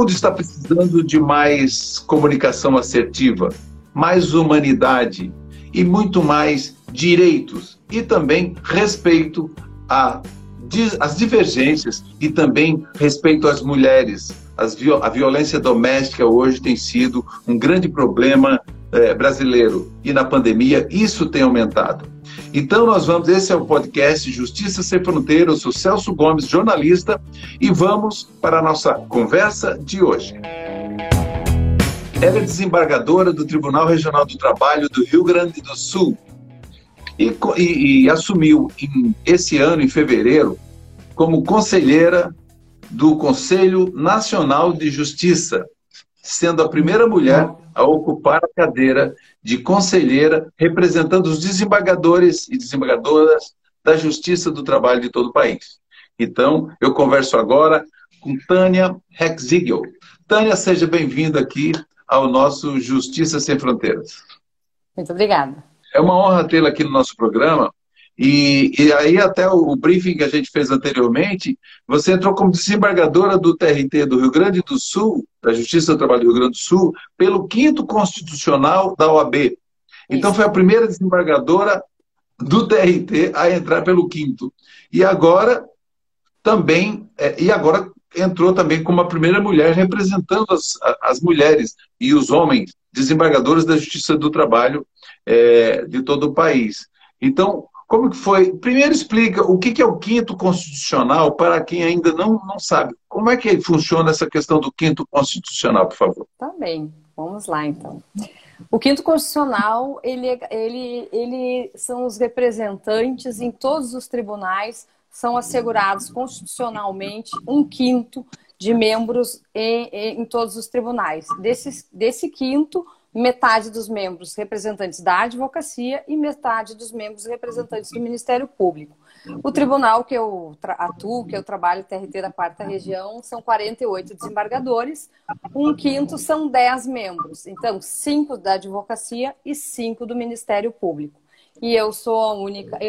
mundo está precisando de mais comunicação assertiva, mais humanidade e muito mais direitos e também respeito às divergências e também respeito às mulheres. A violência doméstica hoje tem sido um grande problema brasileiro e na pandemia isso tem aumentado. Então esse é o podcast Justiça Sem Fronteira. Eu sou Celso Gomes, jornalista, e vamos para a nossa conversa de hoje. Ela é desembargadora do Tribunal Regional do Trabalho do Rio Grande do Sul e assumiu esse ano, em fevereiro, como conselheira do Conselho Nacional de Justiça, sendo a primeira mulher a ocupar a cadeira de conselheira, representando os desembargadores e desembargadoras da Justiça do Trabalho de todo o país. Então, eu converso agora com Tânia Hexigel. Tânia, seja bem-vinda aqui ao nosso Justiça Sem Fronteiras. Muito obrigada. É uma honra tê-la aqui no nosso programa. E aí até o briefing que a gente fez anteriormente, você entrou como desembargadora do TRT do Rio Grande do Sul, da Justiça do Trabalho do Rio Grande do Sul, pelo 5º Constitucional da OAB. Então foi a primeira desembargadora do TRT a entrar pelo 5º. E agora entrou também como a primeira mulher representando as mulheres e os homens desembargadores da Justiça do Trabalho de todo o país. Então, como que foi? Primeiro explica o que é o 5º Constitucional para quem ainda não sabe. Como é que funciona essa questão do 5º Constitucional, por favor? Tá bem, vamos lá então. O 5º Constitucional, ele são os representantes em todos os tribunais, são assegurados constitucionalmente 1/5 de membros em todos os tribunais. Desse 5º, metade dos membros representantes da advocacia e metade dos membros representantes do Ministério Público. O tribunal que eu atuo, que eu trabalho, TRT da 4ª Região, são 48 desembargadores, 1/5 são 10 membros, então 5 da advocacia e 5 do Ministério Público. E eu sou a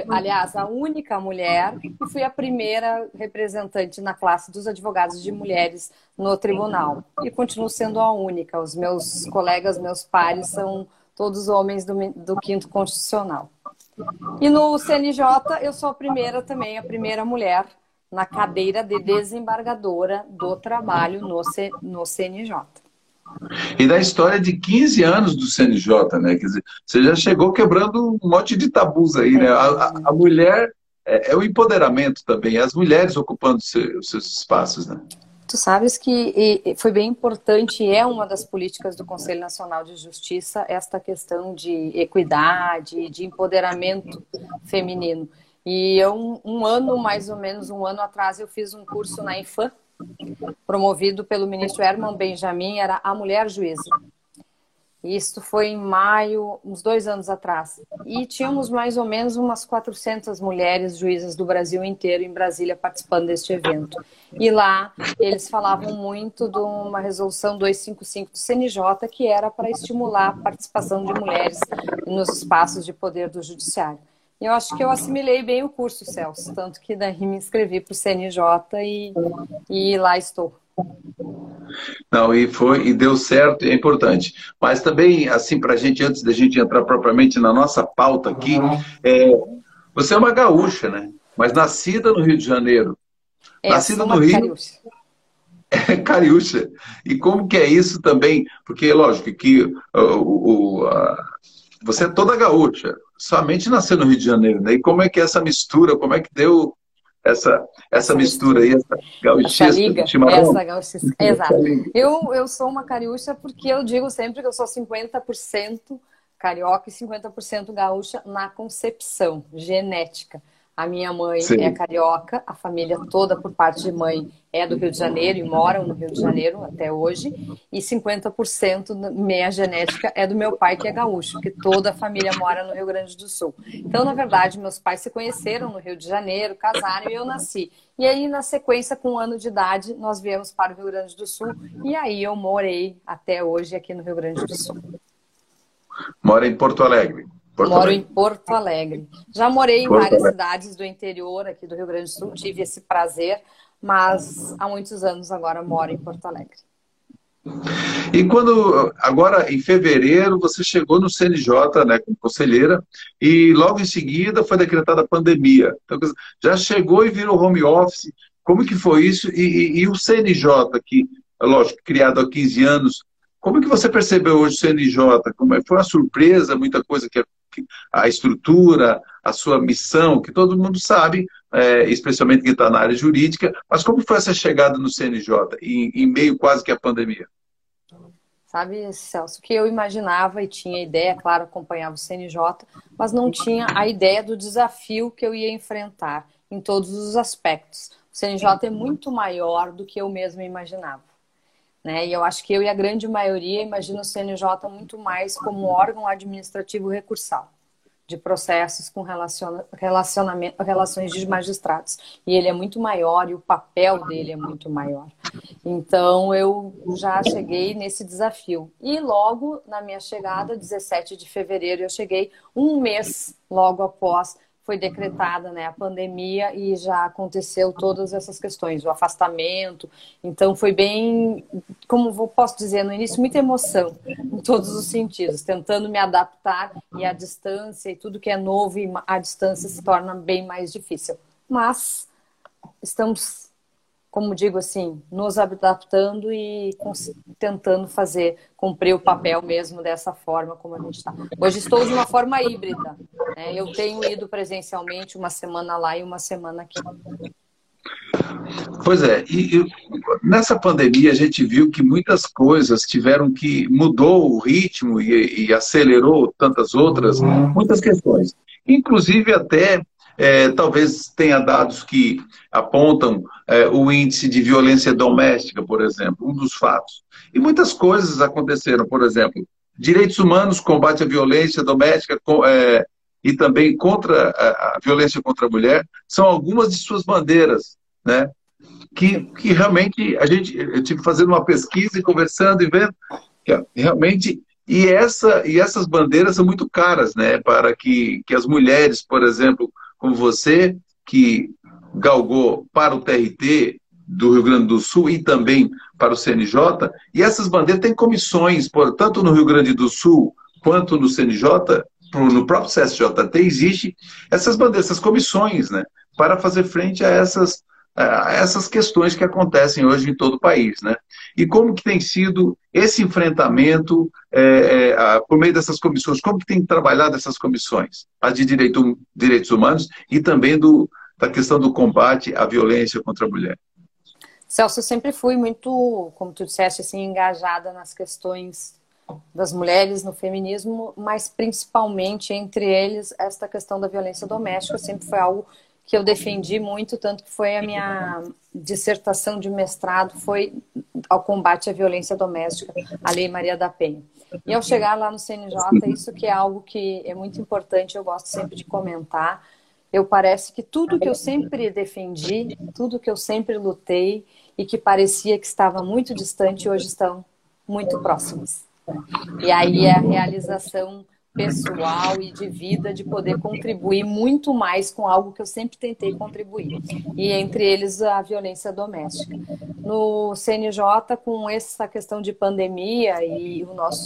única mulher e fui a primeira representante na classe dos advogados de mulheres no tribunal. E continuo sendo a única. Os meus colegas, meus pares, são todos homens do 5º Constitucional. E no CNJ, eu sou a primeira mulher na cadeira de desembargadora do trabalho no CNJ. E da história de 15 anos do CNJ, né? Quer dizer, você já chegou quebrando um monte de tabus aí, né? A mulher é o empoderamento também, as mulheres ocupando os seus espaços, né? Tu sabes que foi bem importante e é uma das políticas do Conselho Nacional de Justiça esta questão de equidade, de empoderamento feminino. E eu, mais ou menos um ano atrás, eu fiz um curso na IFAM, promovido pelo ministro Herman Benjamin, era a mulher juíza. Isso foi em maio, uns 2 anos atrás. E tínhamos mais ou menos umas 400 mulheres juízas do Brasil inteiro, em Brasília, participando deste evento. E lá eles falavam muito de uma resolução 255 do CNJ, que era para estimular a participação de mulheres nos espaços de poder do judiciário. Eu acho que eu assimilei bem o curso, Celso, tanto que daí me inscrevi para o CNJ e lá estou. Não, e deu certo, é importante. Mas também, assim, para a gente, antes da gente entrar propriamente na nossa pauta aqui, você é uma gaúcha, né? Mas nascida no Rio de Janeiro. Nascida no Rio. Cariúcha. É cariúcha. E como que é isso também? Porque, lógico, que você é toda gaúcha, somente nasceu no Rio de Janeiro, né? E como é que é essa mistura, como é que deu essa mistura aí, essa gauchesca, essa liga, chimarrão? essa gauchesca, exato. Eu sou uma cariúcha porque eu digo sempre que eu sou 50% carioca e 50% gaúcha na concepção genética. A minha mãe é carioca, a família toda por parte de mãe é do Rio de Janeiro e moram no Rio de Janeiro até hoje. E 50% da minha genética é do meu pai, que é gaúcho, que toda a família mora no Rio Grande do Sul. Então, na verdade, meus pais se conheceram no Rio de Janeiro, casaram e eu nasci. E aí, na sequência, com 1 ano de idade, nós viemos para o Rio Grande do Sul. E aí eu morei até hoje aqui no Rio Grande do Sul. Mora em Porto Alegre. Moro em Porto Alegre. Já morei em várias cidades do interior aqui do Rio Grande do Sul, tive esse prazer, mas há muitos anos agora moro em Porto Alegre. E agora em fevereiro, você chegou no CNJ, né, como conselheira, e logo em seguida foi decretada a pandemia. Então, já chegou e virou home office. Como que foi isso? E o CNJ, que, lógico, criado há 15 anos, como que você percebeu hoje o CNJ? Foi uma surpresa, muita coisa que a estrutura, a sua missão, que todo mundo sabe, especialmente quem está na área jurídica, mas como foi essa chegada no CNJ, em meio quase que à pandemia? Sabe, Celso, que eu imaginava e tinha ideia, claro, acompanhava o CNJ, mas não tinha a ideia do desafio que eu ia enfrentar em todos os aspectos. O CNJ é muito maior do que eu mesma imaginava, né? E eu acho que eu e a grande maioria imagina o CNJ muito mais como um órgão administrativo recursal de processos com relações de magistrados. E ele é muito maior e o papel dele é muito maior. Então, eu já cheguei nesse desafio. E logo na minha chegada, 17 de fevereiro, eu cheguei um mês logo após foi decretada, né, a pandemia e já aconteceu todas essas questões, o afastamento. Então, foi bem, como posso dizer, no início, muita emoção, em todos os sentidos, tentando me adaptar e a distância e tudo que é novo e a distância se torna bem mais difícil. Mas estamos, como digo assim, nos adaptando e tentando cumprir o papel mesmo dessa forma como a gente está. Hoje estou de uma forma híbrida, né? Eu tenho ido presencialmente uma semana lá e uma semana aqui. Pois é, nessa pandemia a gente viu que muitas coisas mudou o ritmo e acelerou tantas outras, muitas questões. Inclusive até, talvez tenha dados que apontam o índice de violência doméstica, por exemplo, um dos fatos. E muitas coisas aconteceram, por exemplo, direitos humanos, combate à violência doméstica, e também contra a violência contra a mulher, são algumas de suas bandeiras, né? Que realmente eu tive fazendo uma pesquisa e conversando e vendo que realmente essas bandeiras são muito caras, né, para que as mulheres, por exemplo, como você, que galgou para o TRT do Rio Grande do Sul e também para o CNJ, e essas bandeiras têm comissões, tanto no Rio Grande do Sul quanto no CNJ, no próprio CSJT existe essas bandeiras, essas comissões, né, para fazer frente a essas questões que acontecem hoje em todo o país, né? E como que tem sido esse enfrentamento por meio dessas comissões? Como que tem trabalhado essas comissões? As de direitos humanos e também da questão do combate à violência contra a mulher. Celso, eu sempre fui muito, como tu disseste, assim, engajada nas questões das mulheres, no feminismo, mas principalmente entre eles esta questão da violência doméstica sempre foi algo que eu defendi muito, tanto que foi a minha dissertação de mestrado, foi ao combate à violência doméstica, a Lei Maria da Penha. E ao chegar lá no CNJ, isso que é algo que é muito importante, eu gosto sempre de comentar, parece que tudo que eu sempre defendi, tudo que eu sempre lutei e que parecia que estava muito distante, hoje estão muito próximos. E aí é a realização pessoal e de vida de poder contribuir muito mais com algo que eu sempre tentei contribuir. E entre eles a violência doméstica. No CNJ, com essa questão de pandemia e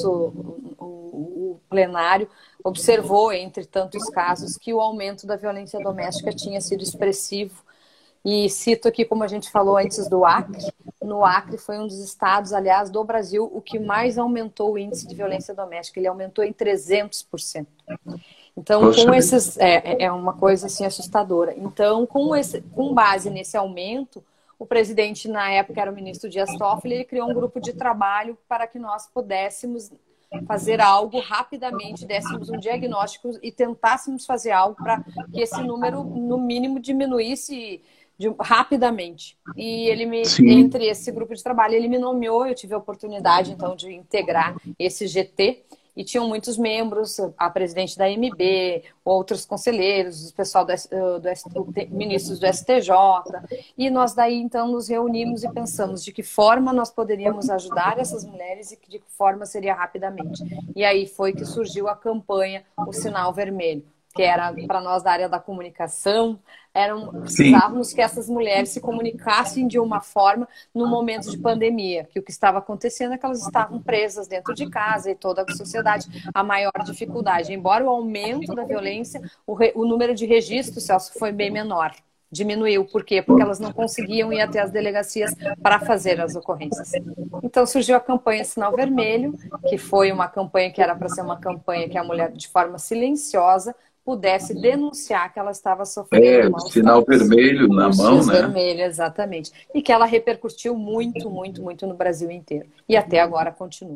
o plenário observou, entre tantos casos, que o aumento da violência doméstica tinha sido expressivo. E cito aqui, como a gente falou antes, do Acre. No Acre foi um dos estados, aliás, do Brasil, o que mais aumentou o índice de violência doméstica. Ele aumentou em 300%. Então, é uma coisa assim assustadora. Então, com base nesse aumento, o presidente, na época, era o ministro Dias Toffoli, ele criou um grupo de trabalho para que nós pudéssemos fazer algo rapidamente, dessemos um diagnóstico e tentássemos fazer algo para que esse número, no mínimo, diminuísse rapidamente. E entre esse grupo de trabalho, ele me nomeou, eu tive a oportunidade, então, de integrar esse GT, e tinham muitos membros, a presidente da MB, outros conselheiros, o pessoal ministros do STJ, e nós daí, então, nos reunimos e pensamos de que forma nós poderíamos ajudar essas mulheres e de que forma seria rapidamente. E aí foi que surgiu a campanha O Sinal Vermelho. que era para nós da área da comunicação, Sim. precisávamos que essas mulheres se comunicassem de uma forma no momento de pandemia, que o que estava acontecendo é que elas estavam presas dentro de casa e toda a sociedade, a maior dificuldade. Embora o aumento da violência, o número de registros, Celso, foi bem menor. Diminuiu. Por quê? Porque elas não conseguiam ir até as delegacias para fazer as ocorrências. Então surgiu a campanha Sinal Vermelho, que foi uma campanha que era para ser uma campanha que a mulher, de forma silenciosa, pudesse denunciar que ela estava sofrendo O sinal vermelho na o mão, X né? vermelho, exatamente. E que ela repercutiu muito, muito, muito no Brasil inteiro. E até agora continua.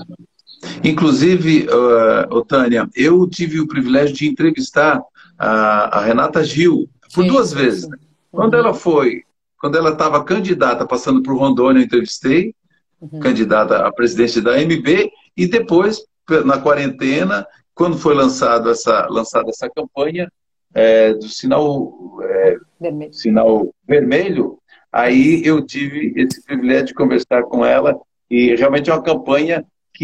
Inclusive, Tânia, eu tive o privilégio de entrevistar a Renata Gil por Sim, duas sim, vezes. sim. Quando ela estava candidata, passando por Rondônia, eu entrevistei, candidata a presidente da AMB, e depois, na quarentena, quando foi lançada essa campanha do Vermelho. sinal vermelho, aí eu tive esse privilégio de conversar com ela, e realmente é uma campanha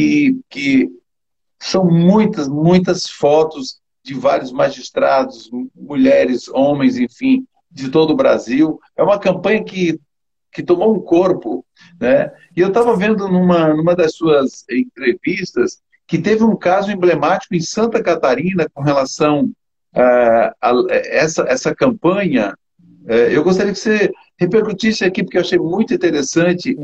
que são muitas, muitas fotos de vários magistrados, mulheres, homens, enfim, de todo o Brasil. É uma campanha que tomou um corpo, né? E eu estava vendo numa das suas entrevistas que teve um caso emblemático em Santa Catarina com relação a essa campanha. Eu gostaria que você repercutisse aqui, porque eu achei muito interessante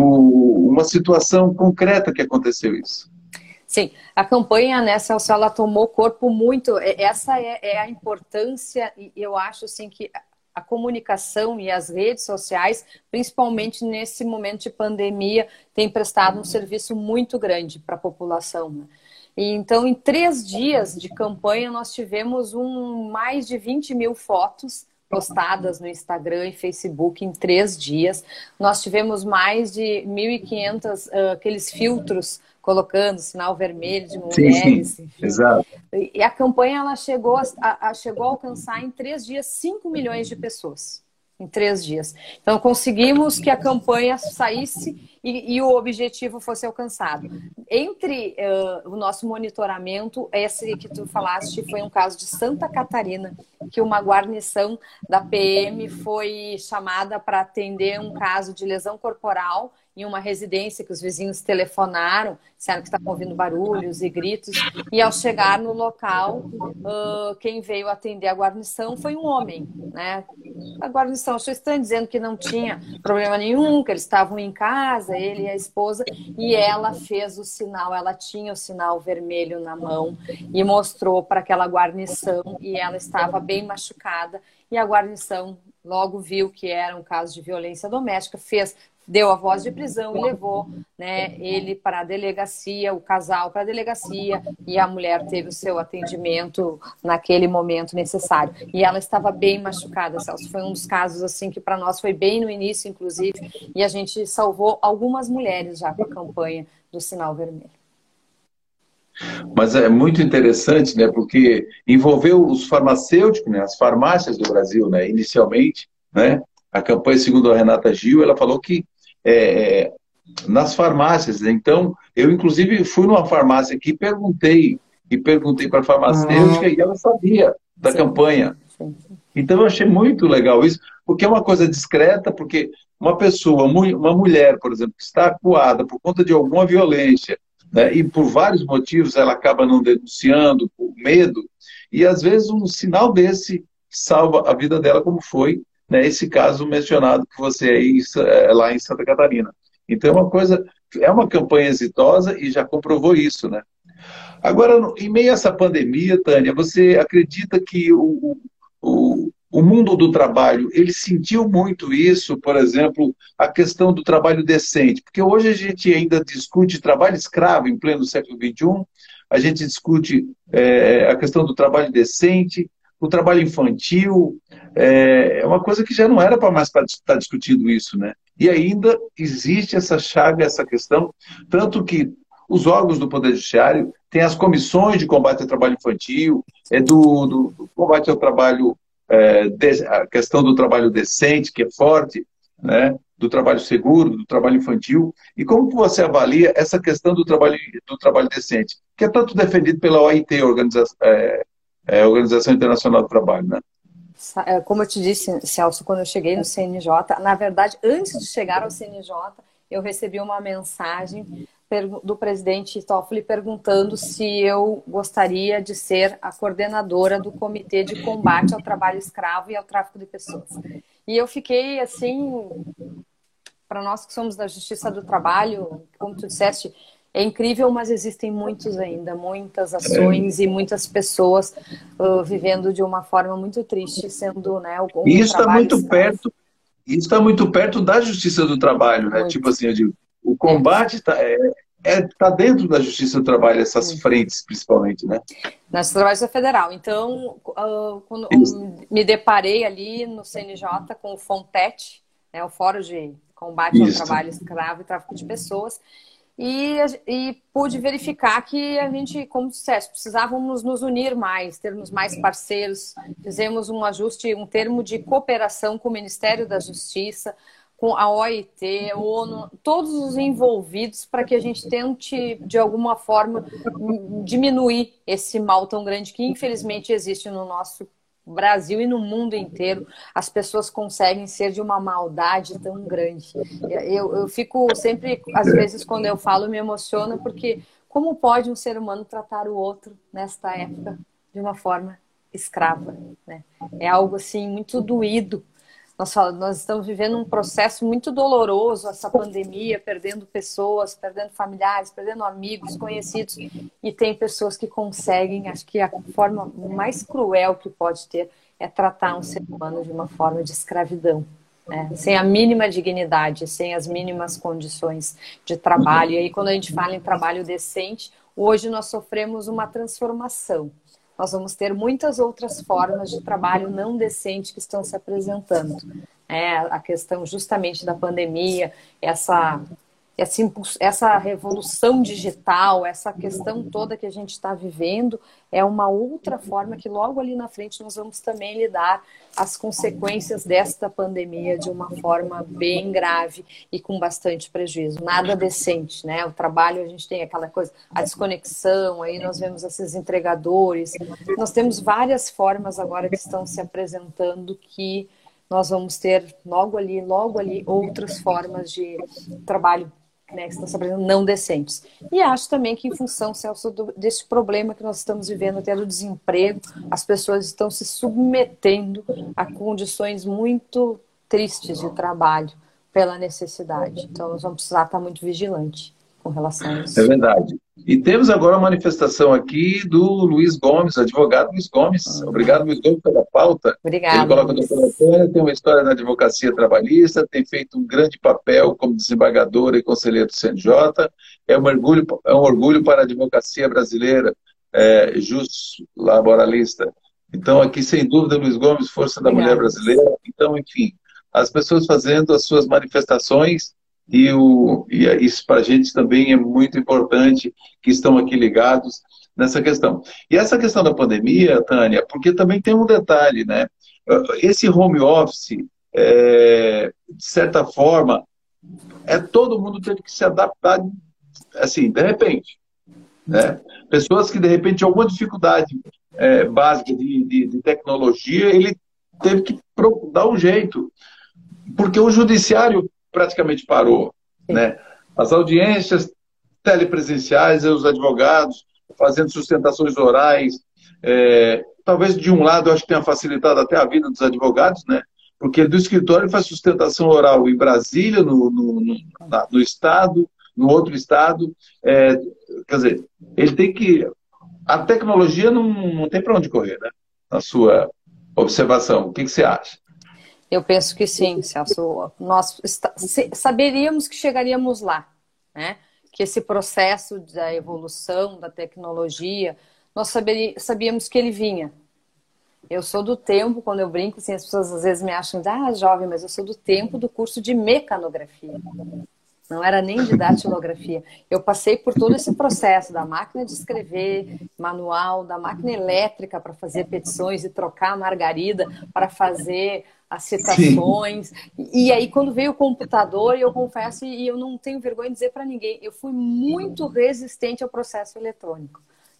uma situação concreta que aconteceu isso. Sim, a campanha, né, Celso, ela tomou corpo muito. Essa é a importância, e eu acho assim que a comunicação e as redes sociais, principalmente nesse momento de pandemia, têm prestado um serviço muito grande para a população, né? E, então, em 3 dias de campanha, nós tivemos mais de 20 mil fotos postadas no Instagram e Facebook em 3 dias. Nós tivemos mais de 1.500 aqueles filtros colocando sinal vermelho de mulheres. Sim, exato. E a campanha ela chegou a alcançar em 3 dias 5 milhões de pessoas. Em 3 dias. Então conseguimos que a campanha saísse e o objetivo fosse alcançado. Entre o nosso monitoramento, esse que tu falaste foi um caso de Santa Catarina, que uma guarnição da PM foi chamada para atender um caso de lesão corporal em uma residência que os vizinhos telefonaram, disseram que estavam ouvindo barulhos e gritos, e ao chegar no local, quem veio atender a guarnição foi um homem, né? A guarnição achou estranho, dizendo que não tinha problema nenhum, que eles estavam em casa, ele e a esposa, e ela fez o sinal, ela tinha o sinal vermelho na mão e mostrou para aquela guarnição, e ela estava bem machucada, e a guarnição logo viu que era um caso de violência doméstica, deu a voz de prisão e levou, né, ele para a delegacia, o casal para a delegacia, e a mulher teve o seu atendimento naquele momento necessário. E ela estava bem machucada, Celso. Foi um dos casos assim que para nós foi bem no início, inclusive, e a gente salvou algumas mulheres já com a campanha do Sinal Vermelho. Mas é muito interessante, né, porque envolveu os farmacêuticos, né, as farmácias do Brasil, né, inicialmente, né, a campanha, segundo a Renata Gil, ela falou que nas farmácias, né, então, eu inclusive fui numa farmácia aqui e perguntei para a farmacêutica e ela sabia da campanha. Sim. Então eu achei muito legal isso, porque é uma coisa discreta, porque uma pessoa, uma mulher, por exemplo, que está acuada por conta de alguma violência, né, e por vários motivos ela acaba não denunciando, por medo, e às vezes um sinal desse salva a vida dela, como foi, né, esse caso mencionado que você aí lá em Santa Catarina. Então é uma campanha exitosa e já comprovou isso, né? Agora, em meio a essa pandemia, Tânia, você acredita que o mundo do trabalho, ele sentiu muito isso, por exemplo, a questão do trabalho decente? Porque hoje a gente ainda discute trabalho escravo em pleno século XXI, a gente discute a questão do trabalho decente, o trabalho infantil, é uma coisa que já não era para mais estar discutindo isso, né? E ainda existe essa chaga, essa questão, tanto que os órgãos do Poder Judiciário têm as comissões de combate ao trabalho infantil, do combate ao trabalho, a questão do trabalho decente, que é forte, né? Do trabalho seguro, do trabalho infantil. E como que você avalia essa questão do trabalho decente, que é tanto defendido pela OIT, Organização Internacional do Trabalho, né? Como eu te disse, Celso, quando eu cheguei no CNJ, na verdade, antes de chegar ao CNJ, eu recebi uma mensagem do presidente Toffoli perguntando se eu gostaria de ser a coordenadora do Comitê de Combate ao Trabalho Escravo e ao Tráfico de Pessoas. E eu fiquei assim, para nós que somos da Justiça do Trabalho, como tu disseste, é incrível, mas existem muitos ainda, muitas ações e muitas pessoas vivendo de uma forma muito triste, sendo, né, E um trabalho escravo. isso está muito perto da Justiça do Trabalho, né? Tipo Muito. assim, eu digo, o É. combate tá dentro da Justiça do Trabalho, essas frentes, principalmente, né? Na Justiça do Trabalho Federal. Então, quando Isso. me deparei ali no CNJ com o FONTET, né, o Fórum de Combate ao Isso. Trabalho Escravo e Tráfico de Pessoas, e pude verificar que a gente, como disseste, precisávamos nos unir mais, termos mais parceiros. Fizemos um ajuste, um termo de cooperação com o Ministério da Justiça, com a OIT, a ONU, todos os envolvidos para que a gente tente, de alguma forma, diminuir esse mal tão grande que, infelizmente, existe no nosso Brasil e no mundo inteiro. As pessoas conseguem ser de uma maldade tão grande. Eu fico sempre, às vezes, quando eu falo, me emociona, porque como pode um ser humano tratar o outro nesta época de uma forma escrava, né? É algo assim muito doído. Nós estamos vivendo um processo muito doloroso, essa pandemia, perdendo pessoas, perdendo familiares, perdendo amigos, conhecidos, e tem pessoas que conseguem, acho que a forma mais cruel que pode ter é tratar um ser humano de uma forma de escravidão, né? Sem a mínima dignidade, sem as mínimas condições de trabalho. E aí, quando a gente fala em trabalho decente, hoje nós sofremos uma transformação. Nós vamos ter muitas outras formas de trabalho não decente que estão se apresentando. A questão justamente da pandemia, essa revolução digital, essa questão toda que a gente está vivendo, é uma outra forma que logo ali na frente nós vamos também lidar as consequências desta pandemia de uma forma bem grave e com bastante prejuízo. Nada decente, né? O trabalho, a gente tem aquela coisa, a desconexão, aí nós vemos esses entregadores. Nós temos várias formas agora que estão se apresentando que nós vamos ter logo ali, outras formas de trabalho, né, que estão se apresentando não decentes. E acho também que, em função, Celso, desse problema que nós estamos vivendo, até do desemprego, as pessoas estão se submetendo a condições muito tristes de trabalho pela necessidade. Então, nós vamos precisar estar muito vigilantes com relação a É isso. verdade. E temos agora uma manifestação aqui do Luiz Gomes, advogado Luiz Gomes. Obrigado, Luiz Gomes, pela pauta. Ele Obrigada, coloca a Luiz. doutora Tânia, tem uma história na advocacia trabalhista, tem feito um grande papel como desembargadora e conselheiro do CNJ. É um orgulho para a advocacia brasileira, justo laboralista. Então, aqui, sem dúvida, Luiz Gomes, força da mulher Obrigada, Luiz. brasileira. Então, enfim, as pessoas fazendo as suas manifestações. Isso para a gente também é muito importante, que estão aqui ligados nessa questão. E essa questão da pandemia, Tânia, porque também tem um detalhe, né? Esse home office, de certa forma, todo mundo teve que se adaptar, assim, de repente, né? Pessoas que, de repente, tinham alguma dificuldade básica de tecnologia, ele teve que dar um jeito, porque o judiciário praticamente parou, né? As audiências telepresenciais, os advogados fazendo sustentações orais, talvez de um lado eu acho que tenha facilitado até a vida dos advogados, né? Porque do escritório faz sustentação oral em Brasília, no estado, no outro estado, quer dizer, ele tem que... A tecnologia não tem para onde correr, né? Na sua observação, o que você acha? Eu penso que sim, Celso. Nós saberíamos que chegaríamos lá, né? Que esse processo da evolução da tecnologia, nós sabíamos que ele vinha. Eu sou do tempo, quando eu brinco, assim, as pessoas às vezes me acham, jovem, mas eu sou do tempo do curso de mecanografia. Não era nem de datilografia. Eu passei por todo esse processo da máquina de escrever, manual, da máquina elétrica para fazer petições e trocar a margarida para fazer as citações. Sim. E aí, quando veio o computador, eu confesso, e eu não tenho vergonha de dizer para ninguém, eu fui muito resistente ao processo eletrônico.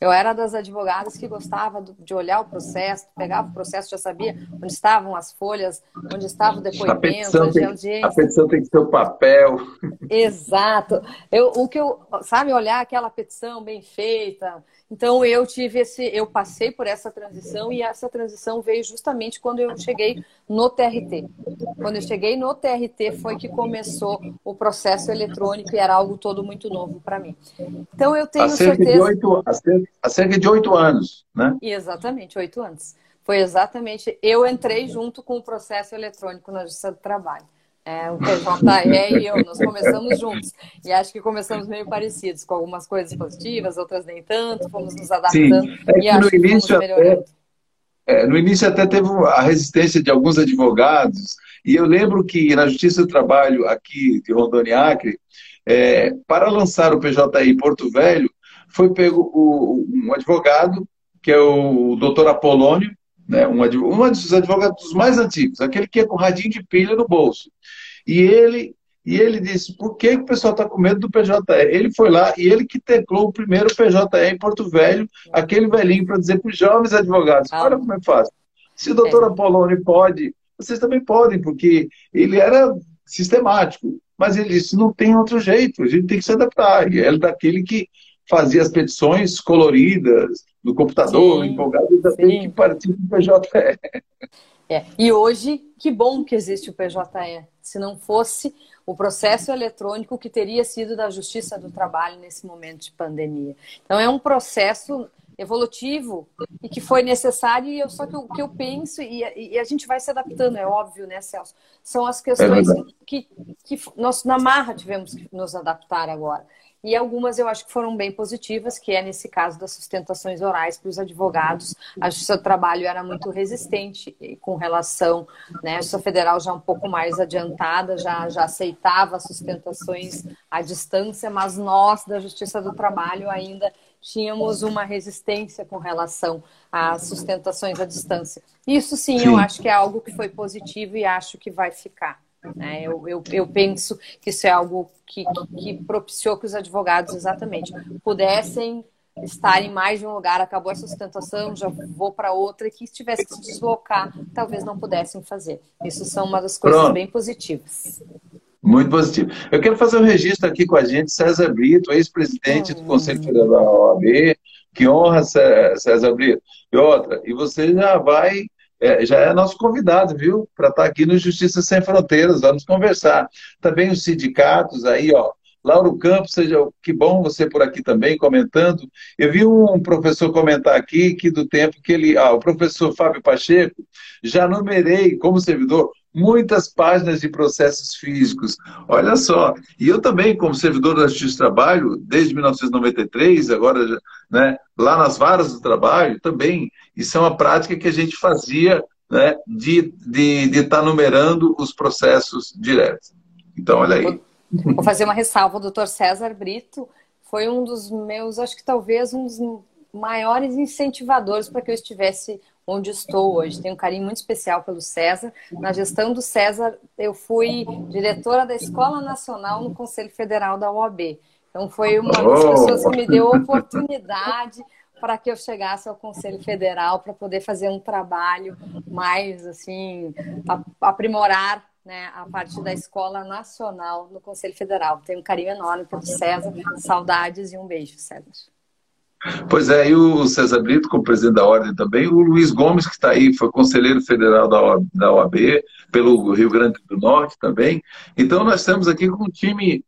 Eu era das advogadas que gostava de olhar o processo, pegava o processo, já sabia onde estavam as folhas, onde estava o depoimento, de A audiência. petição tem que ter o papel. Exato. Sabe, olhar aquela petição bem feita. Então eu passei por essa transição e essa transição veio justamente quando eu cheguei no TRT. Quando eu cheguei no TRT foi que começou o processo eletrônico e era algo todo muito novo para mim. Então eu tenho certeza. Há cerca de 8 anos, né? Exatamente, 8 anos. Foi exatamente. Eu entrei junto com o processo eletrônico na Justiça do Trabalho. O PJE e eu, nós começamos juntos. E acho que começamos meio parecidos, com algumas coisas positivas, outras nem tanto, fomos nos adaptando. Sim, e acho que fomos melhorando. No início até teve a resistência de alguns advogados, e eu lembro que na Justiça do Trabalho aqui de Rondônia e Acre, para lançar o PJE em Porto Velho, foi pego um advogado, que é o doutor Apolônio, né, um dos advogados mais antigos, aquele que é com radinho de pilha no bolso. E ele disse, por que o pessoal está com medo do PJE? Ele foi lá e ele que teclou o primeiro PJE em Porto Velho, aquele velhinho para dizer para os jovens advogados, olha como é fácil. Se o doutor Apolônio pode, vocês também podem, porque ele era sistemático. Mas ele disse, não tem outro jeito, a gente tem que se adaptar. E ele é daquele que fazia as petições coloridas, no computador, empolgado, ainda tem que partir do PJE. E hoje, que bom que existe o PJE. Se não fosse o processo eletrônico que teria sido da Justiça do Trabalho nesse momento de pandemia. Então, é um processo evolutivo e que foi necessário, só que o que eu penso, e a gente vai se adaptando, é óbvio, né, Celso? São as questões que nós, na marra, tivemos que nos adaptar agora. E algumas eu acho que foram bem positivas, que é nesse caso das sustentações orais para os advogados. A Justiça do Trabalho era muito resistente com relação, né? A Justiça Federal já um pouco mais adiantada, já aceitava as sustentações à distância, mas nós, da Justiça do Trabalho, ainda tínhamos uma resistência com relação às sustentações à distância. Isso sim, eu acho que é algo que foi positivo e acho que vai ficar. Eu penso que isso é algo que propiciou que os advogados exatamente pudessem estar em mais de um lugar, acabou a sustentação, já vou para outra, e que se tivesse que se deslocar, talvez não pudessem fazer. Isso são uma das coisas bem positivas. Muito positivo. Eu quero fazer um registro aqui com a gente, César Brito, ex-presidente do Conselho Federal da OAB. Que honra, César Brito. E você já é nosso convidado, viu? Para estar aqui no Justiça Sem Fronteiras, vamos conversar. Também os sindicatos aí, ó. Lauro Campos, que bom você por aqui também comentando. Eu vi um professor comentar aqui que do tempo que o professor Fábio Pacheco, já numerei como servidor muitas páginas de processos físicos. Olha só, e eu também, como servidor da Justiça do Trabalho, desde 1993, agora, né, lá nas varas do trabalho, também, isso é uma prática que a gente fazia, né, de estar numerando os processos diretos. Então, olha aí. Vou fazer uma ressalva. O doutor César Brito foi um dos meus, acho que talvez um dos maiores incentivadores para que eu estivesse onde estou hoje. Tenho um carinho muito especial pelo César. Na gestão do César, eu fui diretora da Escola Nacional no Conselho Federal da OAB. Então, foi uma das pessoas que me deu oportunidade para que eu chegasse ao Conselho Federal para poder fazer um trabalho mais, assim, aprimorar, né, a parte da Escola Nacional no Conselho Federal. Tenho um carinho enorme pelo César, saudades e um beijo, César. Pois é, e o César Brito, como presidente da Ordem também, o Luiz Gomes, que está aí, foi conselheiro federal da OAB, pelo Rio Grande do Norte também. Então, nós estamos aqui com um time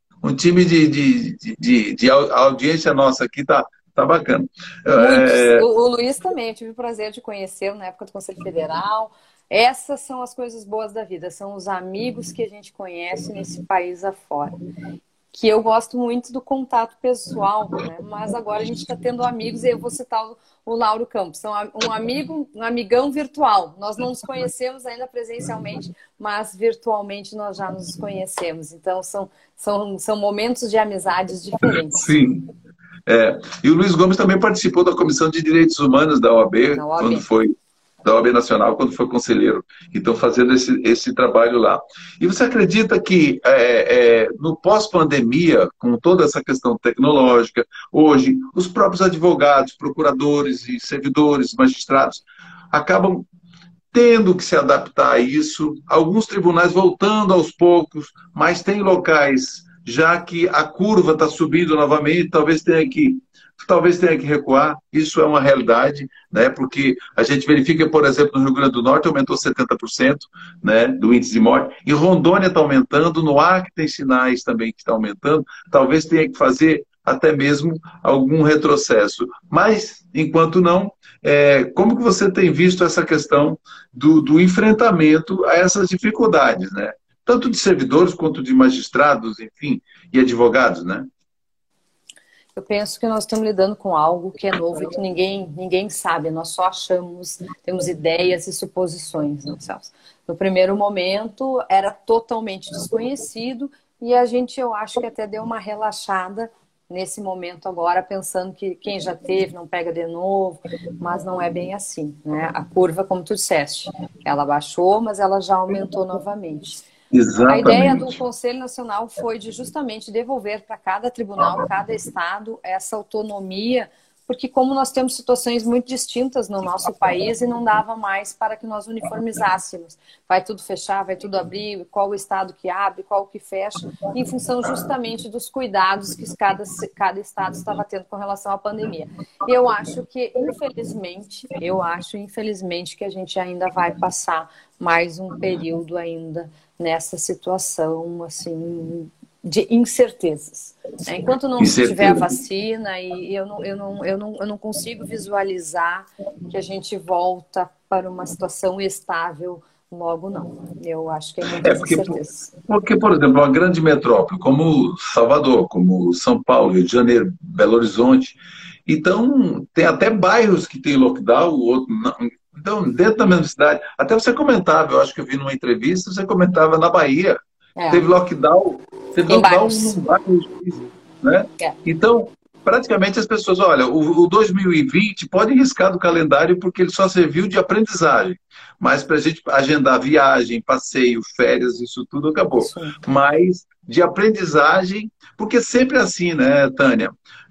de audiência nossa aqui, tá bacana. O Luiz também, eu tive o prazer de conhecê-lo na época do Conselho Federal. Essas são as coisas boas da vida, são os amigos que a gente conhece nesse país afora. Que eu gosto muito do contato pessoal, né? Mas agora a gente está tendo amigos, e eu vou citar o Lauro Campos, um amigão virtual. Nós não nos conhecemos ainda presencialmente, mas virtualmente nós já nos conhecemos. Então são momentos de amizades diferentes. Sim. E o Luiz Gomes também participou da Comissão de Direitos Humanos da OAB, quando foi da OAB Nacional quando foi conselheiro, e estão fazendo esse trabalho lá. E você acredita que no pós-pandemia, com toda essa questão tecnológica, hoje, os próprios advogados, procuradores e servidores, magistrados, acabam tendo que se adaptar a isso, alguns tribunais voltando aos poucos, mas tem locais já que a curva está subindo novamente, talvez tenha que recuar, isso é uma realidade, né? Porque a gente verifica, por exemplo, no Rio Grande do Norte aumentou 70%, né, do índice de morte, em Rondônia está aumentando, no Acre tem sinais também que está aumentando, talvez tenha que fazer até mesmo algum retrocesso. Mas, enquanto não, como que você tem visto essa questão do enfrentamento a essas dificuldades, né? Tanto de servidores quanto de magistrados, enfim, e advogados, né? Eu penso que nós estamos lidando com algo que é novo e que ninguém sabe, nós só achamos, temos ideias e suposições, né, Celso? No primeiro momento era totalmente desconhecido e a gente, eu acho que até deu uma relaxada nesse momento agora, pensando que quem já teve não pega de novo, mas não é bem assim, né? A curva, como tu disseste, ela baixou, mas ela já aumentou novamente. A ideia do Exatamente. Conselho Nacional foi de justamente devolver para cada tribunal, cada estado, essa autonomia, porque como nós temos situações muito distintas no nosso país e não dava mais para que nós uniformizássemos. Vai tudo fechar, vai tudo abrir, qual o estado que abre, qual que fecha, em função justamente dos cuidados que cada estado estava tendo com relação à pandemia. E eu acho que, infelizmente, que a gente ainda vai passar mais um período ainda nessa situação, assim, de incertezas. Enquanto não se tiver a vacina, e eu não consigo visualizar que a gente volta para uma situação estável logo, não. Eu acho que é muitas incertezas. Porque, por exemplo, uma grande metrópole como Salvador, como São Paulo, Rio de Janeiro, Belo Horizonte, então tem até bairros que tem lockdown, o outro não. Então, dentro da mesma cidade, até você comentava, eu acho que eu vi numa entrevista, você comentava na Bahia, teve lockdown Em bairros. num bairro, né? Então, praticamente as pessoas, olha, o 2020 pode riscar do calendário porque ele só serviu de aprendizagem, mas para a gente agendar viagem, passeio, férias, isso tudo acabou. Mas de aprendizagem, porque sempre é assim, né, Tânia?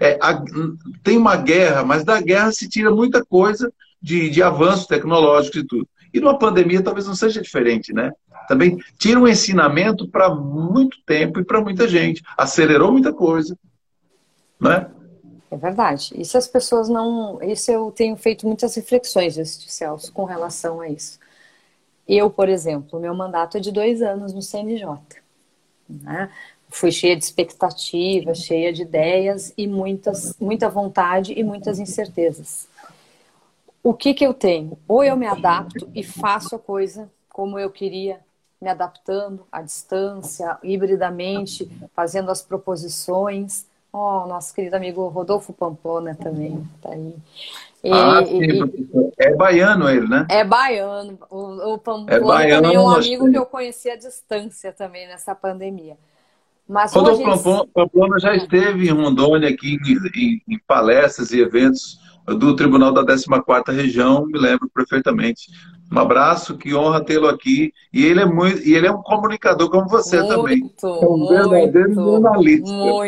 Tem uma guerra, mas da guerra se tira muita coisa de avanço tecnológico e tudo. E numa pandemia talvez não seja diferente, né? Também tira um ensinamento para muito tempo e para muita gente. Acelerou muita coisa, né? É verdade. Isso as pessoas não... Isso eu tenho feito muitas reflexões, Celso, com relação a isso. Eu, por exemplo, meu mandato é de 2 anos no CNJ. Né? Fui cheia de expectativas, cheia de ideias e muita vontade e muitas incertezas. O que eu tenho? Ou eu me adapto e faço a coisa como eu queria, me adaptando à distância, hibridamente, fazendo as proposições. Nosso querido amigo Rodolfo Pamplona também está aí. Sim, é baiano ele, né? É baiano. O Pamplona também é um amigo que eu conheci à distância também nessa pandemia. Mas Rodolfo Pamplona já esteve em Rondônia aqui em palestras e eventos do Tribunal da 14ª Região, me lembro perfeitamente. Um abraço, que honra tê-lo aqui. E ele é um comunicador como você também. É um verdadeiro jornalista.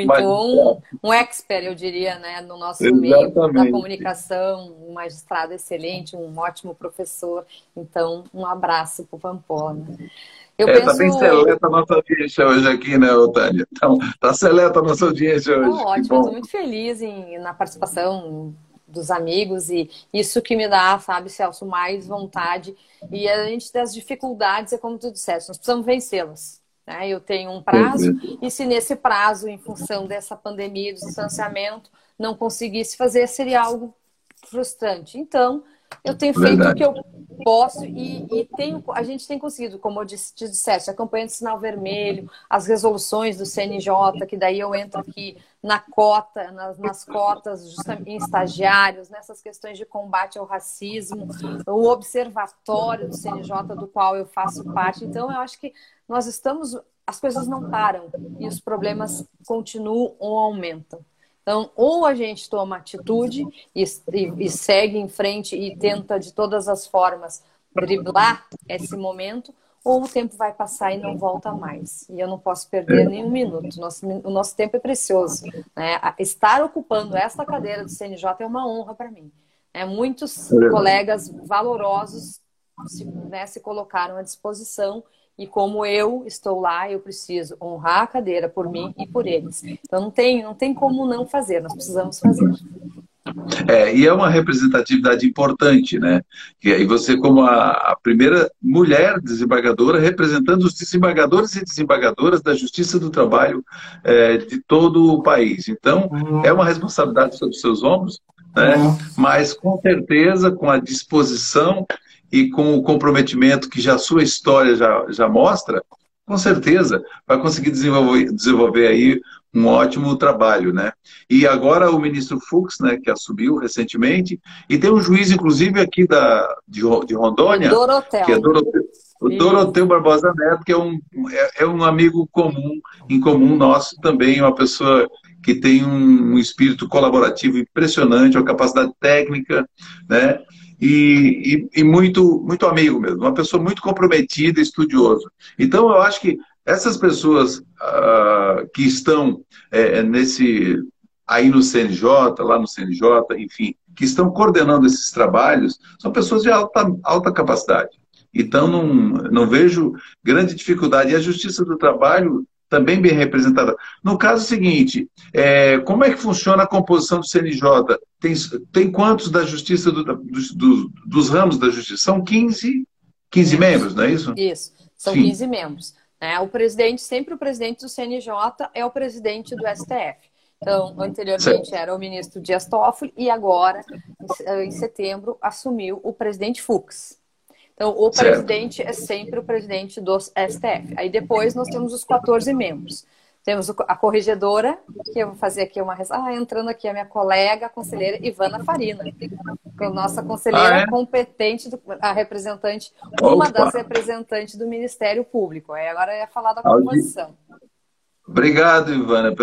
Um expert, eu diria, né, no nosso Exatamente. meio da comunicação, um magistrado excelente, um ótimo professor. Então, um abraço para o Pamplona. Tá bem seleta a nossa audiência hoje aqui, né, Tânia? Então, tá seleta a nossa audiência hoje. Ótimo, estou muito feliz na participação dos amigos e isso que me dá, sabe, Celso, mais vontade. E a gente das dificuldades, é como tu disseste, nós precisamos vencê-las. Né? Eu tenho um prazo e se nesse prazo, em função dessa pandemia e do distanciamento, não conseguisse fazer, seria algo frustrante. Então, eu tenho feito o que eu posso e a gente tem conseguido, como eu te disseste, a campanha de sinal vermelho, as resoluções do CNJ, que daí eu entro aqui na cota, nas cotas justamente em estagiários, nessas questões de combate ao racismo, o observatório do CNJ, do qual eu faço parte. Então, eu acho que as coisas não param e os problemas continuam ou aumentam. Então, ou a gente toma atitude e segue em frente e tenta de todas as formas driblar esse momento, ou o tempo vai passar e não volta mais. E eu não posso perder nem um minuto. O nosso tempo é precioso, né? Estar ocupando esta cadeira do CNJ é uma honra para mim. Muitos colegas valorosos se colocaram à disposição, e como eu estou lá, eu preciso honrar a cadeira por mim e por eles. Então não tem como não fazer, nós precisamos fazer. E é uma representatividade importante, né? E você, como a primeira mulher desembargadora, representando os desembargadores e desembargadoras da Justiça do Trabalho de todo o país. Então, é uma responsabilidade sobre os seus ombros, né? Mas, com certeza, com a disposição e com o comprometimento que já a sua história já mostra, com certeza vai conseguir desenvolver aí um ótimo trabalho, né? E agora o ministro Fux, né, que assumiu recentemente, e tem um juiz, inclusive, aqui de Rondônia, que é Doroteu Barbosa Neto, que é um amigo em comum nosso também, uma pessoa que tem um espírito colaborativo impressionante, uma capacidade técnica, né? E muito, muito amigo mesmo, uma pessoa muito comprometida, estudioso. Então, eu acho que essas pessoas que estão aí no CNJ, lá no CNJ, enfim, que estão coordenando esses trabalhos, são pessoas de alta capacidade. Então, não vejo grande dificuldade. E a Justiça do Trabalho também bem representada. No caso seguinte, como é que funciona a composição do CNJ? Tem quantos da Justiça, dos ramos da Justiça? São 15 membros, não é isso? Isso, são 15 membros. Sempre o presidente do CNJ é o presidente do STF. Então, anteriormente era o ministro Dias Toffoli e agora, em setembro, assumiu o presidente Fux. Então, o presidente é sempre o presidente do STF. Aí depois nós temos os 14 membros. Temos a corregedora, que eu vou fazer aqui entrando aqui a minha colega, a conselheira Ivana Farina. Nossa conselheira competente, a representante, uma das representantes do Ministério Público. Aí agora eu ia falar da composição. Obrigado, Ivana,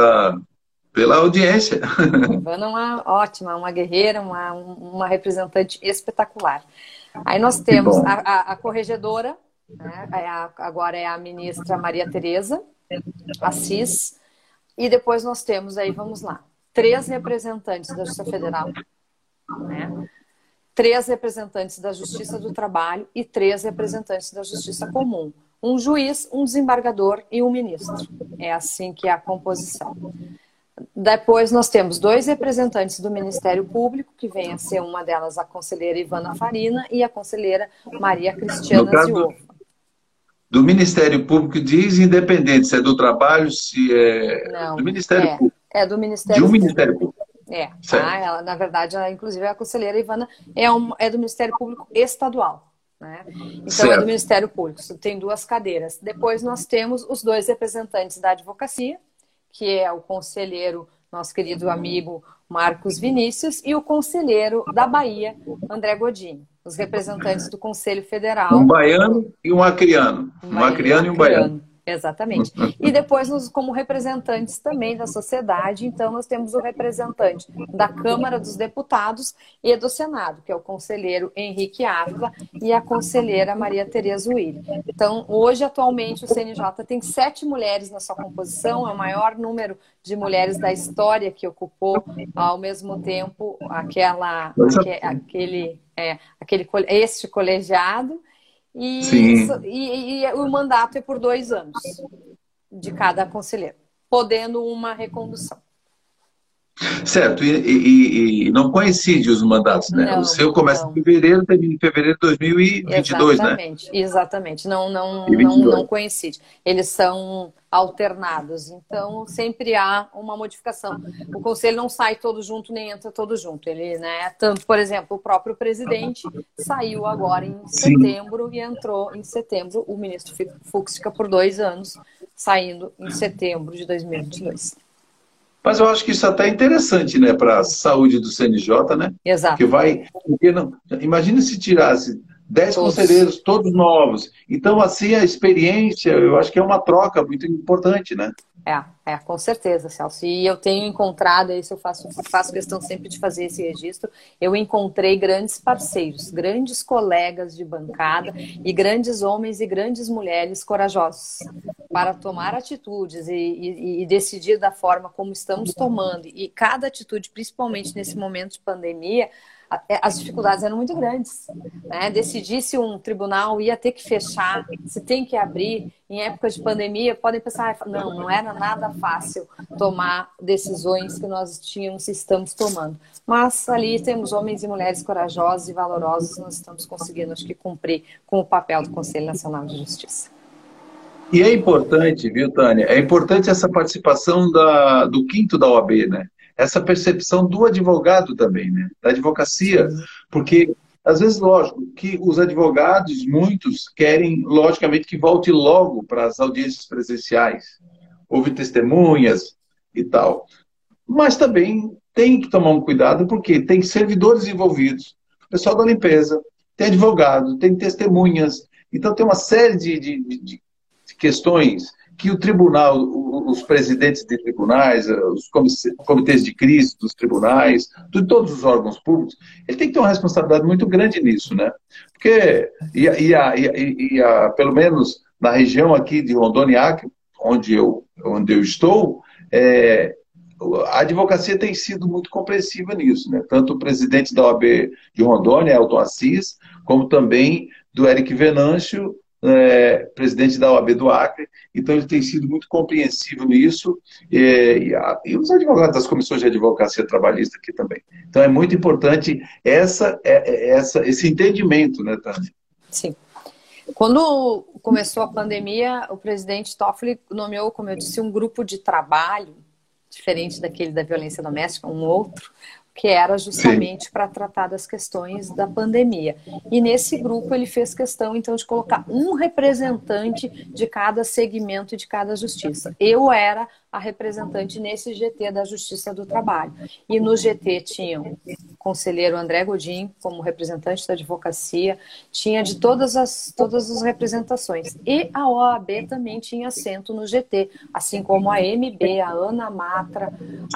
pela audiência. Ivana é uma ótima, uma guerreira, uma representante espetacular. Aí nós temos a corregedora, né? Agora é a ministra Maria Tereza Assis, e depois nós temos aí, vamos lá, 3 representantes da Justiça Federal, né? 3 representantes da Justiça do Trabalho e 3 representantes da Justiça Comum. Um juiz, um desembargador e um ministro. É assim que é a composição. Depois nós temos 2 representantes do Ministério Público, que vem a ser uma delas a conselheira Ivana Farina e a conselheira Maria Cristiana Ziofa. Do Ministério Público diz independente, se é do trabalho, se é do Ministério Público. É do Ministério Público. Ministério Público. Ela, na verdade, inclusive a conselheira Ivana é do Ministério Público Estadual. Né? Então é do Ministério Público, tem 2 cadeiras. Depois nós temos os 2 representantes da advocacia, que é o conselheiro, nosso querido amigo Marcos Vinícius, e o conselheiro da Bahia, André Godinho. Os representantes do Conselho Federal. Um baiano e um acriano. Um acriano e um baiano. Exatamente. E depois, como representantes também da sociedade, então nós temos o representante da Câmara dos Deputados e do Senado, que é o conselheiro Henrique Ávila e a conselheira Maria Tereza Willi. Então, hoje, atualmente, o CNJ tem 7 mulheres na sua composição, é o maior número de mulheres da história que ocupou, ao mesmo tempo, este colegiado. E o mandato é por 2 anos de cada conselheiro, podendo uma recondução. Certo, e não coincide os mandatos, né? O seu começa em fevereiro, termina em fevereiro de 2022, Exatamente. Não coincide. Eles são alternados, então sempre há uma modificação. O conselho não sai todo junto, nem entra todo junto. Ele, né, tanto, por exemplo, o próprio presidente saiu agora em setembro e entrou em setembro. O ministro Fux fica por 2 anos, saindo em setembro de 2022. Mas eu acho que isso até é interessante, né, para a saúde do CNJ, né? Exato. Imagina se tirasse 10 conselheiros, todos novos. Então, assim, a experiência, eu acho que é uma troca muito importante, né? Com certeza, Celso. E eu tenho encontrado, isso eu faço questão sempre de fazer esse registro, eu encontrei grandes parceiros, grandes colegas de bancada e grandes homens e grandes mulheres corajosos para tomar atitudes e decidir da forma como estamos tomando. E cada atitude, principalmente nesse momento de pandemia, as dificuldades eram muito grandes, né? Decidir se um tribunal ia ter que fechar, se tem que abrir, em época de pandemia, podem pensar, não era nada fácil tomar decisões que nós tínhamos e estamos tomando. Mas ali temos homens e mulheres corajosos e valorosos, nós estamos conseguindo, acho que, cumprir com o papel do Conselho Nacional de Justiça. E é importante, viu, Tânia? É importante essa participação do quinto da OAB, né? Essa percepção do advogado também, né? Da advocacia. Sim. Porque, às vezes, lógico, que os advogados, muitos, querem, logicamente, que volte logo para as audiências presenciais. Houve testemunhas e tal. Mas também tem que tomar um cuidado, porque tem servidores envolvidos, pessoal da limpeza, tem advogado, tem testemunhas. Então, tem uma série de questões que o tribunal, os presidentes de tribunais, os comitês de crise dos tribunais, de todos os órgãos públicos, ele tem que ter uma responsabilidade muito grande nisso, né? Porque, pelo menos na região aqui de Rondônia e Acre, onde eu estou, a advocacia tem sido muito compreensiva nisso, né? Tanto o presidente da OAB de Rondônia, Elton Assis, como também do Eric Venâncio, presidente da OAB do Acre. Então ele tem sido muito compreensivo nisso, e os advogados das comissões de advocacia trabalhista aqui também. Então é muito importante esse entendimento, né, Tânia? Sim. Quando começou a pandemia, o presidente Toffoli nomeou, como eu disse, um grupo de trabalho, diferente daquele da violência doméstica, um outro, que era justamente para tratar das questões da pandemia. E nesse grupo ele fez questão, então, de colocar um representante de cada segmento e de cada justiça. Eu era a representante nesse GT da Justiça do Trabalho. E no GT tinham o conselheiro André Godin como representante da advocacia, tinha de todas as representações. E a OAB também tinha assento no GT, assim como a MB, a Ana Matra,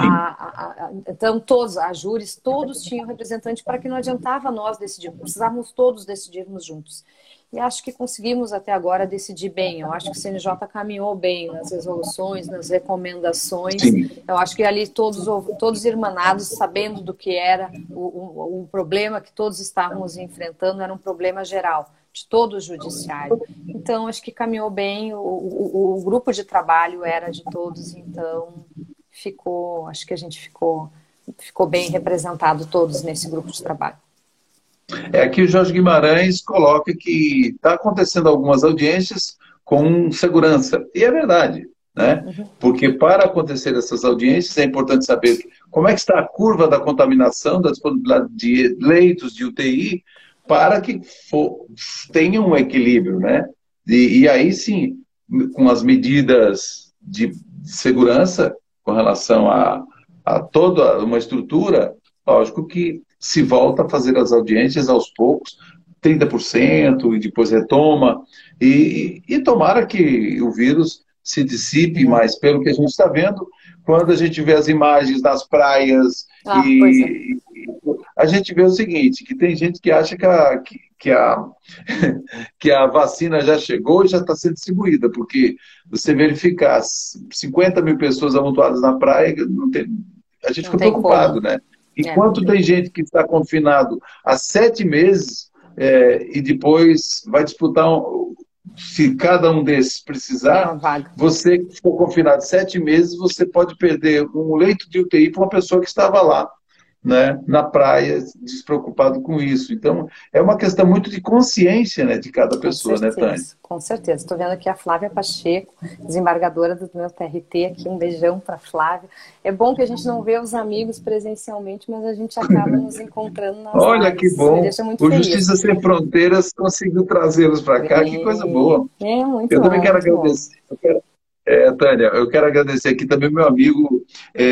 então todos, a Júris, todos tinham representante, para que não adiantava nós decidirmos, precisávamos todos decidirmos juntos. E acho que conseguimos até agora decidir bem. Eu acho que o CNJ caminhou bem nas resoluções, nas recomendações. Sim. Eu acho que ali todos irmanados, sabendo do que era o problema que todos estávamos enfrentando, era um problema geral de todo o judiciário. Então, acho que caminhou bem. O grupo de trabalho era de todos, então acho que a gente ficou bem representado todos nesse grupo de trabalho. Aqui o Jorge Guimarães coloca que está acontecendo algumas audiências com segurança. E é verdade, né? Porque para acontecer essas audiências é importante saber como é que está a curva da contaminação, da disponibilidade de leitos de UTI, para que tenha um equilíbrio, né? E aí sim, com as medidas de segurança com relação a toda uma estrutura, lógico que se volta a fazer as audiências aos poucos, 30%, e depois retoma, e tomara que o vírus se dissipe, mas pelo que a gente está vendo, quando a gente vê as imagens das praias, a gente vê o seguinte, que tem gente que acha que a vacina já chegou e já está sendo distribuída, porque você verificar 50 mil pessoas amontoadas na praia, a gente fica preocupado, né? Enquanto tem gente que está confinado há 7 meses e depois vai disputar, se cada um desses precisar, você que ficou confinado 7 meses, você pode perder um leito de UTI para uma pessoa que estava lá, né, na praia, despreocupado com isso. Então, é uma questão muito de consciência, né, de cada pessoa, né, Tânia? Com certeza. Estou vendo aqui a Flávia Pacheco, desembargadora do meu TRT, aqui um beijão para a Flávia. É bom que a gente não vê os amigos presencialmente, mas a gente acaba nos encontrando nas Olha lives. Que bom. O feliz. Justiça Sem Fronteiras conseguiu trazê-los para cá, que coisa boa. Muito Eu bom, também quero agradecer. Tânia, eu quero agradecer aqui também o meu amigo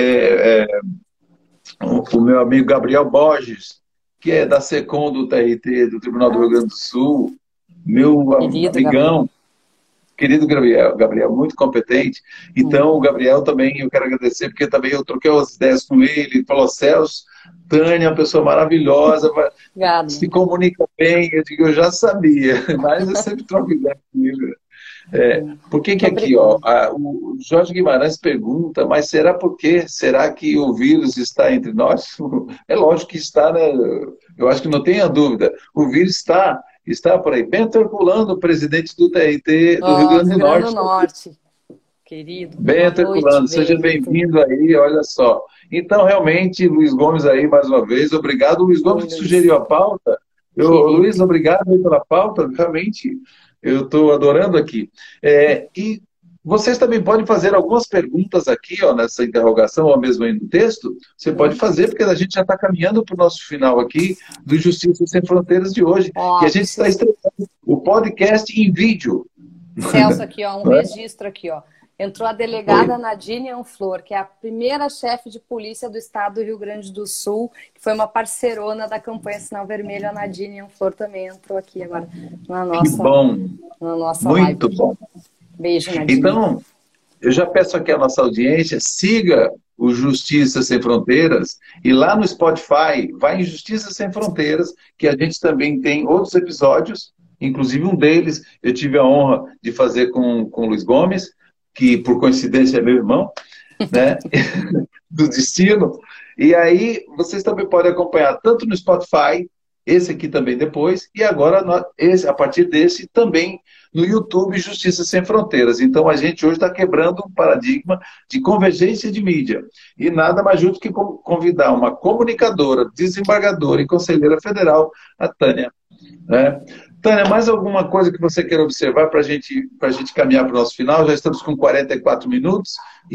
o meu amigo Gabriel Borges, que é da SECOM do TRT, do Tribunal do Rio Grande do Sul, meu amigão, querido Gabriel, muito competente. Então, o Gabriel também, eu quero agradecer, porque também eu troquei umas ideias com ele falou, Celso, Tânia é uma pessoa maravilhosa, se comunica bem, eu já sabia, mas eu sempre troco ideia com ele. Por que aqui, o Jorge Guimarães pergunta, mas será por quê? Será que o vírus está entre nós? É lógico que está, né? Eu acho que não tenha dúvida. O vírus está por aí. Bento Herculano, presidente do TRT do Rio Grande do Norte. Querido. Bento Herculano, seja bem-vindo aí, olha só. Então, realmente, Luiz Gomes aí, mais uma vez, obrigado. O Luiz Gomes que sugeriu a pauta. Luiz, obrigado aí pela pauta, realmente... Eu estou adorando aqui. E vocês também podem fazer algumas perguntas aqui, nessa interrogação, ou mesmo aí no texto. Você pode fazer, porque a gente já está caminhando para o nosso final aqui do Justiça Sem Fronteiras de hoje. E a gente está estreando o podcast em vídeo. Celso, aqui, um registro aqui, Entrou a delegada Nadine Anflor, que é a primeira chefe de polícia do estado do Rio Grande do Sul, que foi uma parcerona da campanha Sinal Vermelho. A Nadine Anflor também entrou aqui agora na nossa, Muito live. Bom. Beijo, Nadine. Então, eu já peço aqui à nossa audiência, siga o Justiça Sem Fronteiras e lá no Spotify, vai em Justiça Sem Fronteiras, que a gente também tem outros episódios, inclusive um deles eu tive a honra de fazer com o Luiz Gomes, que por coincidência é meu irmão, né? Do destino. E aí vocês também podem acompanhar tanto no Spotify, esse aqui também depois, e agora a partir desse também no YouTube Justiça Sem Fronteiras. Então a gente hoje está quebrando um paradigma de convergência de mídia. E nada mais justo que convidar uma comunicadora, desembargadora e conselheira federal, a Tânia, né? Tânia, mais alguma coisa que você queira observar para a gente caminhar para o nosso final? Já estamos com 44 minutos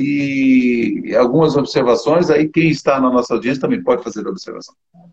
e algumas observações. Aí quem está na nossa audiência também pode fazer a observação.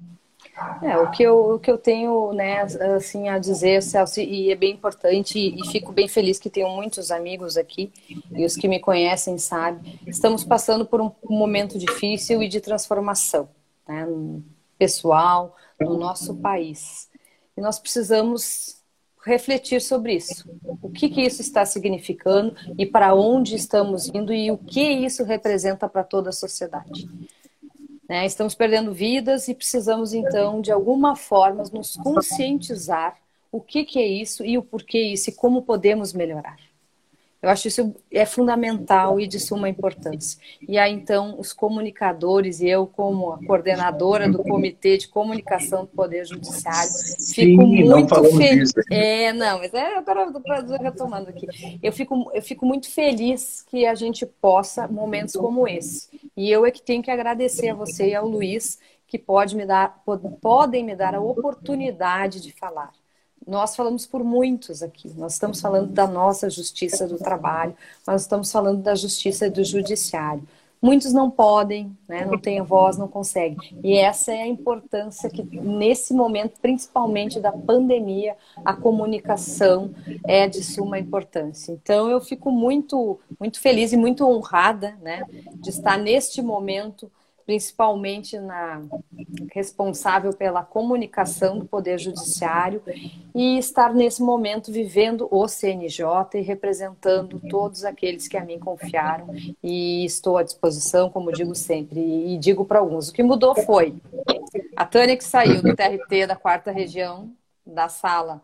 O que eu tenho, né, assim, a dizer, Celso, e é bem importante, e fico bem feliz que tenho muitos amigos aqui, e os que me conhecem sabem, estamos passando por um momento difícil e de transformação, né, pessoal, no nosso país. E nós precisamos refletir sobre isso. O que isso está significando e para onde estamos indo e o que isso representa para toda a sociedade. Estamos perdendo vidas e precisamos, então, de alguma forma, nos conscientizar o que é isso e o porquê isso e como podemos melhorar. Eu acho isso é fundamental e de suma importância. E aí, então, os comunicadores e eu, como a coordenadora do Comitê de Comunicação do Poder Judiciário, fico muito feliz. Agora eu estou retomando aqui. Eu fico muito feliz que a gente possa momentos como esse. E eu é que tenho que agradecer a você e ao Luiz, que podem me dar a oportunidade de falar. Nós falamos por muitos aqui, nós estamos falando da nossa justiça do trabalho, nós estamos falando da justiça do judiciário. Muitos não podem, né, não têm voz, não conseguem. E essa é a importância que, nesse momento, principalmente da pandemia, a comunicação é de suma importância. Então, eu fico muito, muito feliz e muito honrada, né, de estar neste momento, principalmente responsável pela comunicação do Poder Judiciário e estar nesse momento vivendo o CNJ e representando todos aqueles que a mim confiaram e estou à disposição, como digo sempre, e digo para alguns. O que mudou foi a Tânia, que saiu do TRT da 4ª Região, da sala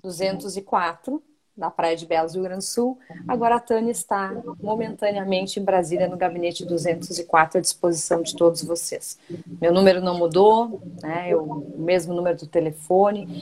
204, da Praia de Belas, Rio Grande do Sul. Agora a Tânia está momentaneamente em Brasília, no gabinete 204, à disposição de todos vocês. Meu número não mudou, né? O mesmo número do telefone,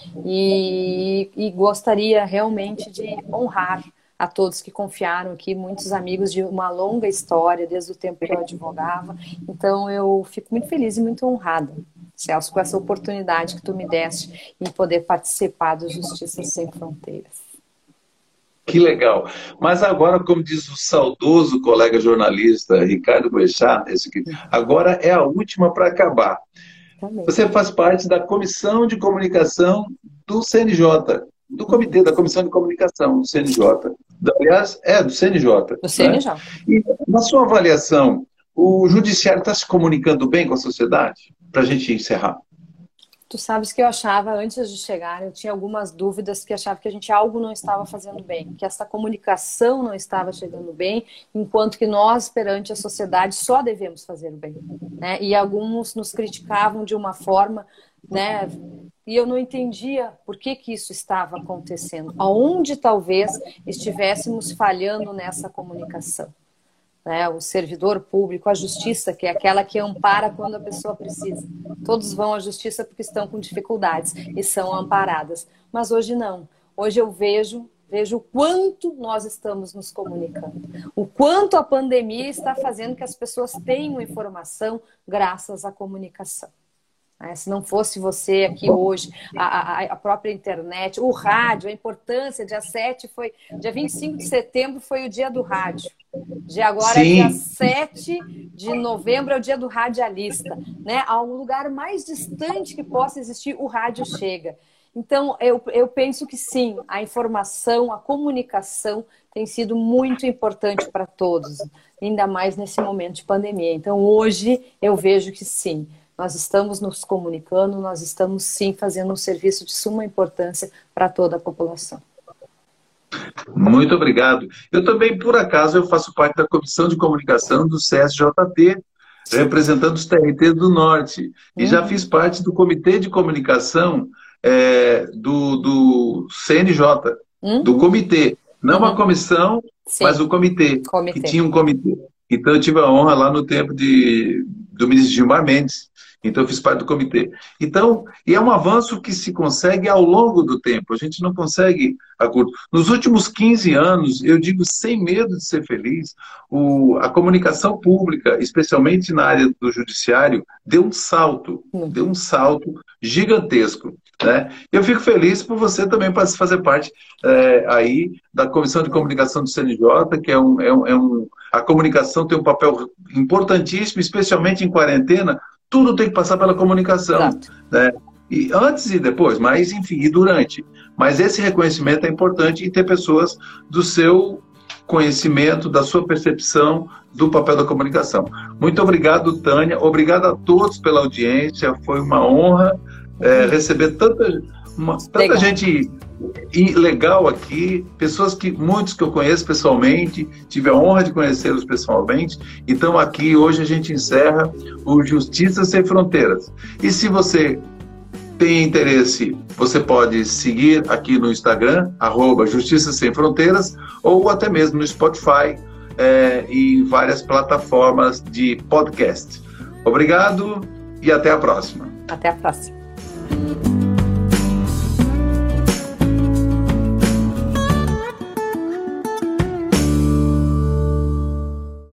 e gostaria realmente de honrar a todos que confiaram aqui, muitos amigos de uma longa história, desde o tempo que eu advogava. Então eu fico muito feliz e muito honrada, Celso, com essa oportunidade que tu me deste em poder participar do Justiça Sem Fronteiras. Que legal. Mas agora, como diz o saudoso colega jornalista Ricardo Boechat, agora é a última para acabar. Também. Você faz parte da Comissão de Comunicação do CNJ, do Comitê da Comissão de Comunicação do CNJ. Aliás, do CNJ. Do CNJ. Né? E, na sua avaliação, o Judiciário está se comunicando bem com a sociedade? Para a gente encerrar. Tu sabes que eu achava, antes de chegar, eu tinha algumas dúvidas, que achava que algo não estava fazendo bem, que essa comunicação não estava chegando bem, enquanto que nós, perante a sociedade, só devemos fazer o bem, né? E alguns nos criticavam de uma forma, né? E eu não entendia por que isso estava acontecendo, aonde talvez estivéssemos falhando nessa comunicação. Né, o servidor público, a justiça, que é aquela que ampara quando a pessoa precisa. Todos vão à justiça porque estão com dificuldades e são amparadas. Mas hoje não. Hoje eu vejo o quanto nós estamos nos comunicando. O quanto a pandemia está fazendo que as pessoas tenham informação graças à comunicação. Se não fosse você aqui hoje, a própria internet, o rádio, a importância, dia 25 de setembro foi o dia do rádio. Agora, dia 7 de novembro, é o dia do radialista. Né? A um lugar mais distante que possa existir, o rádio chega. Então, eu penso que sim, a informação, a comunicação tem sido muito importante para todos, ainda mais nesse momento de pandemia. Então, hoje, eu vejo que sim. Nós estamos nos comunicando, nós estamos sim fazendo um serviço de suma importância para toda a população. Muito obrigado. Eu também, por acaso, eu faço parte da Comissão de Comunicação do CSJT, representando os TRT do Norte. E já fiz parte do Comitê de Comunicação do CNJ, do comitê. Não a comissão, sim, mas o comitê, que tinha um comitê. Então, eu tive a honra lá no tempo do ministro Gilmar Mendes. Então, eu fiz parte do comitê. Então, e é um avanço que se consegue ao longo do tempo. A gente não consegue a curto. Nos últimos 15 anos, eu digo sem medo de ser feliz, a comunicação pública, especialmente na área do judiciário, deu um salto gigantesco. Né? Eu fico feliz por você também fazer parte aí da Comissão de Comunicação do CNJ, que a comunicação tem um papel importantíssimo, especialmente em quarentena. Tudo tem que passar pela comunicação, né? E antes e depois, mas enfim, e durante. Mas esse reconhecimento é importante e ter pessoas do seu conhecimento, da sua percepção do papel da comunicação. Muito obrigado, Tânia. Obrigado a todos pela audiência. Foi uma honra receber tanta gente legal aqui, muitos que eu conheço pessoalmente, tive a honra de conhecê-los pessoalmente. Então aqui hoje a gente encerra o Justiça Sem Fronteiras. E se você tem interesse, você pode seguir aqui no Instagram, @Justiça Sem Fronteiras, ou até mesmo no Spotify e várias plataformas de podcast. Obrigado e até a próxima. Até a próxima.